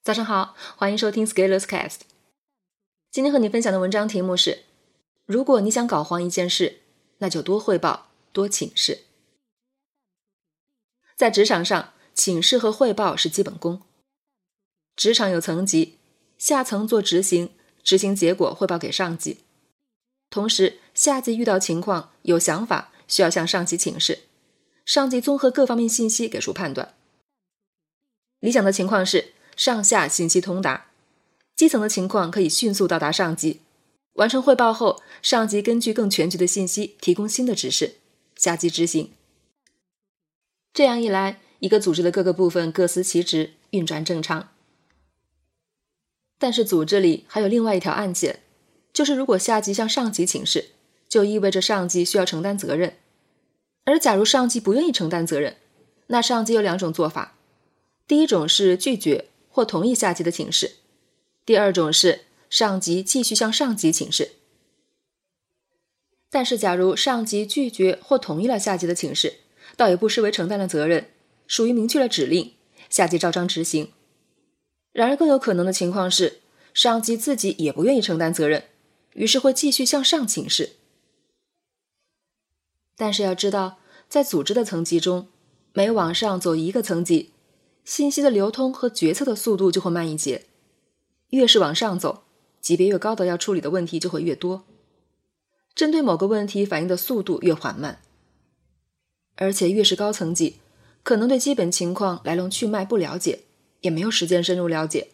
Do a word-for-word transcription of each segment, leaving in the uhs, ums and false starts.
早上好，欢迎收听 Scalers Cast。 今天和你分享的文章题目是：如果你想搞黄一件事，那就多汇报，多请示。在职场上，请示和汇报是基本功。职场有层级，下层做执行，执行结果汇报给上级。同时，下级遇到情况有想法，需要向上级请示，上级综合各方面信息给出判断。理想的情况是上下信息通达，基层的情况可以迅速到达上级，完成汇报后，上级根据更全局的信息提供新的指示，下级执行。这样一来，一个组织的各个部分各司其职，运转正常。但是组织里还有另外一条暗线，就是如果下级向上级请示，就意味着上级需要承担责任。而假如上级不愿意承担责任，那上级有两种做法。第一种是拒绝或同意下级的请示，第二种是上级继续向上级请示。但是假如上级拒绝或同意了下级的请示，倒也不失为承担了责任，属于明确了指令，下级照章执行。然而更有可能的情况是，上级自己也不愿意承担责任，于是会继续向上请示。但是要知道，在组织的层级中，每往上走一个层级，信息的流通和决策的速度就会慢一截。越是往上走，级别越高的要处理的问题就会越多，针对某个问题反应的速度越缓慢。而且越是高层级，可能对基本情况来龙去脉不了解，也没有时间深入了解。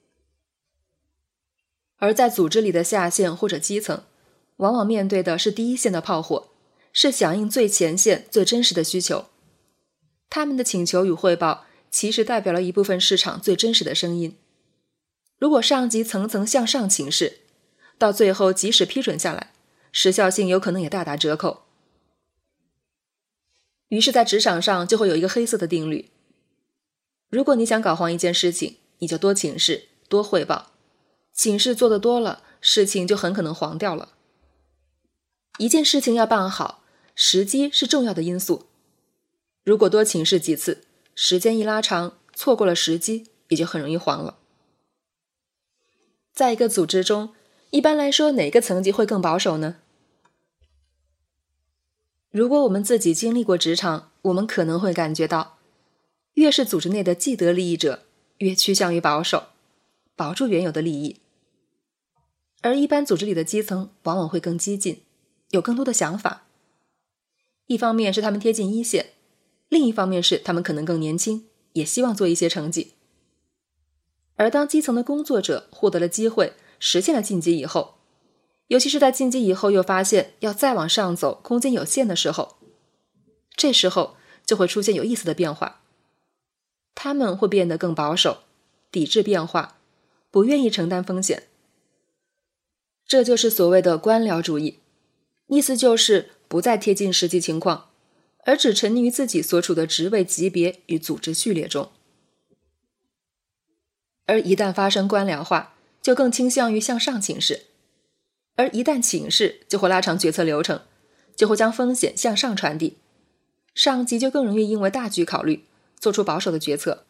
而在组织里的下线或者基层，往往面对的是第一线的炮火，是响应最前线最真实的需求。他们的请求与汇报其实代表了一部分市场最真实的声音。如果上级层层向上请示，到最后即使批准下来，时效性有可能也大打折扣。于是在职场上就会有一个黑色的定律，如果你想搞黄一件事情，你就多请示，多汇报。请示做得多了，事情就很可能黄掉了。一件事情要办好，时机是重要的因素。如果多请示几次，时间一拉长，错过了时机，也就很容易黄了。在一个组织中，一般来说哪个层级会更保守呢？如果我们自己经历过职场，我们可能会感觉到，越是组织内的既得利益者，越趋向于保守，保住原有的利益。而一般组织里的基层往往会更激进，有更多的想法。一方面是他们贴近一线，另一方面是他们可能更年轻，也希望做一些成绩。而当基层的工作者获得了机会，实现了晋级以后，尤其是在晋级以后又发现要再往上走空间有限的时候，这时候就会出现有意思的变化。他们会变得更保守，抵制变化，不愿意承担风险。这就是所谓的官僚主义，意思就是不再贴近实际情况，而只沉溺于自己所处的职位级别与组织序列中。而一旦发生官僚化，就更倾向于向上请示，而一旦请示，就会拉长决策流程，就会将风险向上传递，上级就更容易因为大局考虑，做出保守的决策。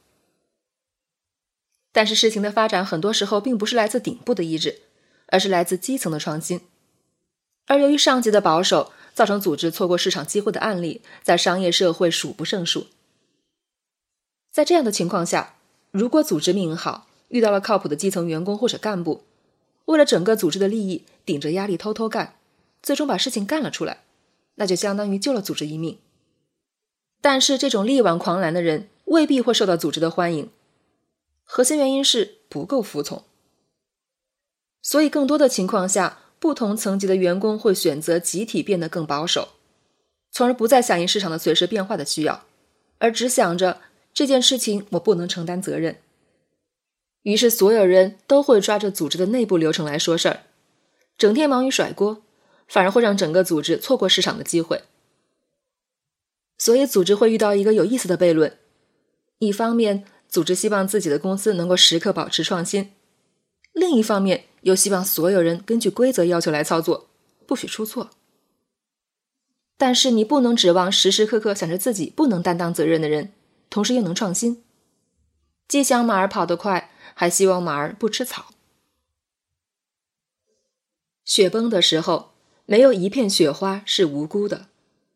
但是事情的发展很多时候并不是来自顶部的意志，而是来自基层的创新。而由于上级的保守，造成组织错过市场机会的案例，在商业社会数不胜数。在这样的情况下，如果组织命运好，遇到了靠谱的基层员工或者干部，为了整个组织的利益，顶着压力偷偷干，最终把事情干了出来，那就相当于救了组织一命。但是这种力挽狂澜的人未必会受到组织的欢迎，核心原因是不够服从。所以更多的情况下，不同层级的员工会选择集体变得更保守，从而不再响应市场的随时变化的需要，而只想着这件事情我不能承担责任。于是所有人都会抓着组织的内部流程来说事儿，整天忙于甩锅，反而会让整个组织错过市场的机会。所以组织会遇到一个有意思的悖论，一方面组织希望自己的公司能够时刻保持创新，另一方面又希望所有人根据规则要求来操作，不许出错。但是你不能指望时时刻刻想着自己不能担当责任的人，同时又能创新。既想马儿跑得快， 还希望马儿不吃草。雪崩的时候，没有一片雪花是无辜的。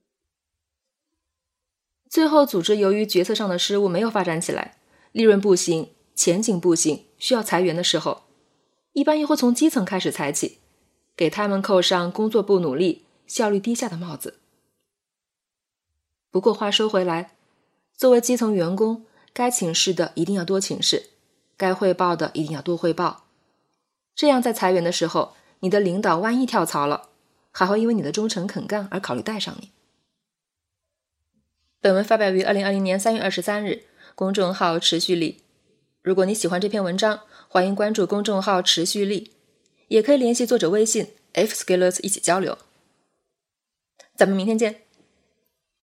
最后组织由于决策上的失误没有发展起来，利润不行，前景不行，需要裁员的时候，一般又会从基层开始裁起，给他们扣上工作不努力、效率低下的帽子。不过话说回来，作为基层员工，该请示的一定要多请示，该汇报的一定要多汇报。这样在裁员的时候，你的领导万一跳槽了，还会因为你的忠诚肯干而考虑带上你。本文发表于二零二零年三月二十三日，公众号持续力。如果你喜欢这篇文章，欢迎关注公众号持续力，也可以联系作者微信 F Skillers 一起交流。咱们明天见。